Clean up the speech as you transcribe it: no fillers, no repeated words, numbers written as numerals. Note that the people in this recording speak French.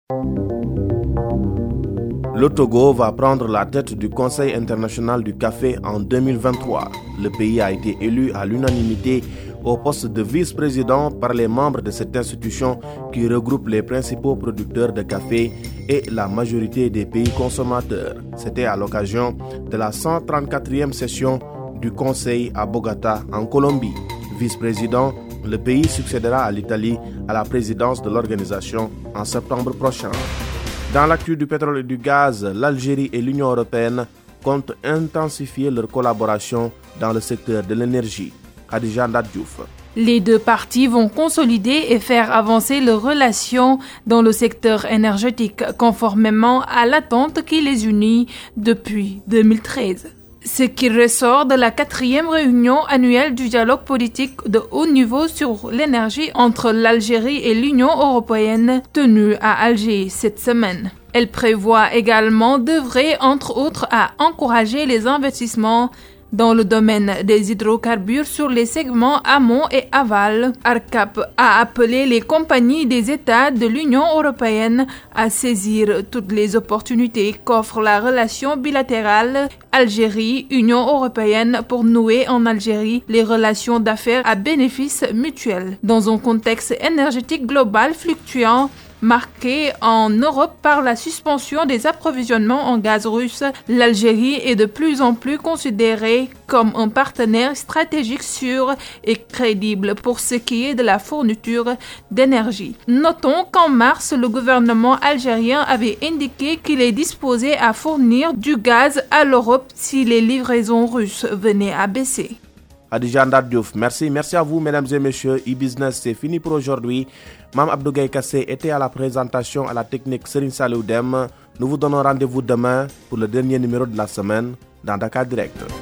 Le Togo va prendre la tête du Conseil international du café en 2023. Le pays a été élu à l'unanimité au poste de vice-président par les membres de cette institution qui regroupe les principaux producteurs de café et la majorité des pays consommateurs. C'était à l'occasion de la 134e session du Conseil à Bogota, en Colombie. Vice-président, le pays succédera à l'Italie à la présidence de l'organisation en septembre prochain. Dans l'actu du pétrole et du gaz, l'Algérie et l'Union européenne comptent intensifier leur collaboration dans le secteur de l'énergie. Khadija Ndadjouf. Les deux parties vont consolider et faire avancer leurs relations dans le secteur énergétique, conformément à l'attente qui les unit depuis 2013. Ce qui ressort de la 4e réunion annuelle du dialogue politique de haut niveau sur l'énergie entre l'Algérie et l'Union européenne tenue à Alger cette semaine. Elle prévoit également d'œuvrer entre autres à encourager les investissements dans le domaine des hydrocarbures sur les segments amont et aval. ARCAP a appelé les compagnies des États de l'Union européenne à saisir toutes les opportunités qu'offre la relation bilatérale Algérie-Union européenne pour nouer en Algérie les relations d'affaires à bénéfice mutuel. Dans un contexte énergétique global fluctuant, marqué en Europe par la suspension des approvisionnements en gaz russe, l'Algérie est de plus en plus considérée comme un partenaire stratégique sûr et crédible pour ce qui est de la fourniture d'énergie. Notons qu'en mars, le gouvernement algérien avait indiqué qu'il est disposé à fournir du gaz à l'Europe si les livraisons russes venaient à baisser. Khadija Ndadjouf, merci à vous mesdames et messieurs. E-Business, c'est fini pour aujourd'hui. Mam Abdou Gaye Kassé était à la présentation, à la technique Serine Salou Dem. Nous vous donnons rendez-vous demain pour le dernier numéro de la semaine dans Dakar Direct.